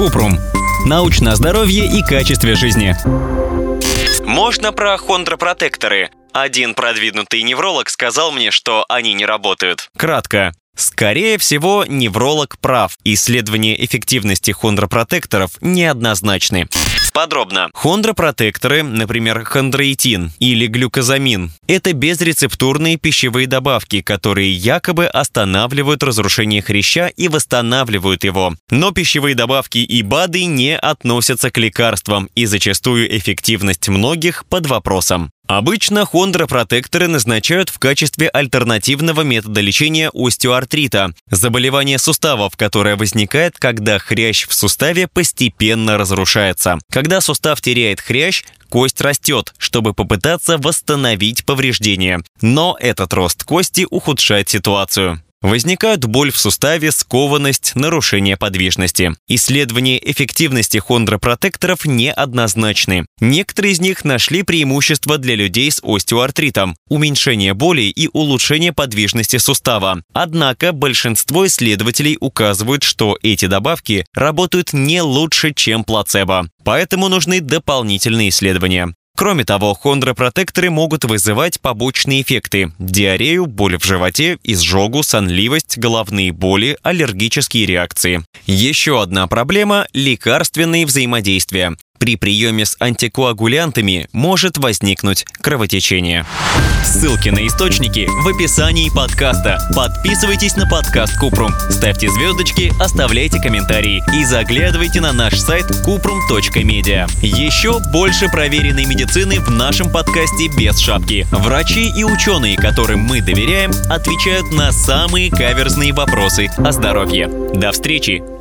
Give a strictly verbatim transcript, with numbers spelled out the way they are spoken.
Купрум. Научное здоровье и качестве жизни. Можно про хондропротекторы? Один продвинутый невролог сказал мне, что они не работают. Кратко. Скорее всего, невролог прав. Исследования эффективности хондропротекторов неоднозначны. Подробно. Хондропротекторы, например, хондроитин или глюкозамин, это безрецептурные пищевые добавки, которые якобы останавливают разрушение хряща и восстанавливают его. Но пищевые добавки и БАДы не относятся к лекарствам, и зачастую эффективность многих под вопросом. Обычно хондропротекторы назначают в качестве альтернативного метода лечения остеоартрита, заболевания суставов, которое возникает, когда хрящ в суставе постепенно разрушается. Когда сустав теряет хрящ, кость растет, чтобы попытаться восстановить повреждения. Но этот рост кости ухудшает ситуацию. Возникают боль в суставе, скованность, нарушение подвижности. Исследования эффективности хондропротекторов неоднозначны. Некоторые из них нашли преимущества для людей с остеоартритом, уменьшение боли и улучшение подвижности сустава. Однако большинство исследователей указывают, что эти добавки работают не лучше, чем плацебо. Поэтому нужны дополнительные исследования. Кроме того, хондропротекторы могут вызывать побочные эффекты – диарею, боль в животе, изжогу, сонливость, головные боли, аллергические реакции. Еще одна проблема – лекарственные взаимодействия. При приеме с антикоагулянтами может возникнуть кровотечение. Ссылки на источники в описании подкаста. Подписывайтесь на подкаст Купрум, ставьте звездочки, оставляйте комментарии и заглядывайте на наш сайт купрум точка медиа. Еще больше проверенной медицины в нашем подкасте без шапки. Врачи и ученые, которым мы доверяем, отвечают на самые каверзные вопросы о здоровье. До встречи!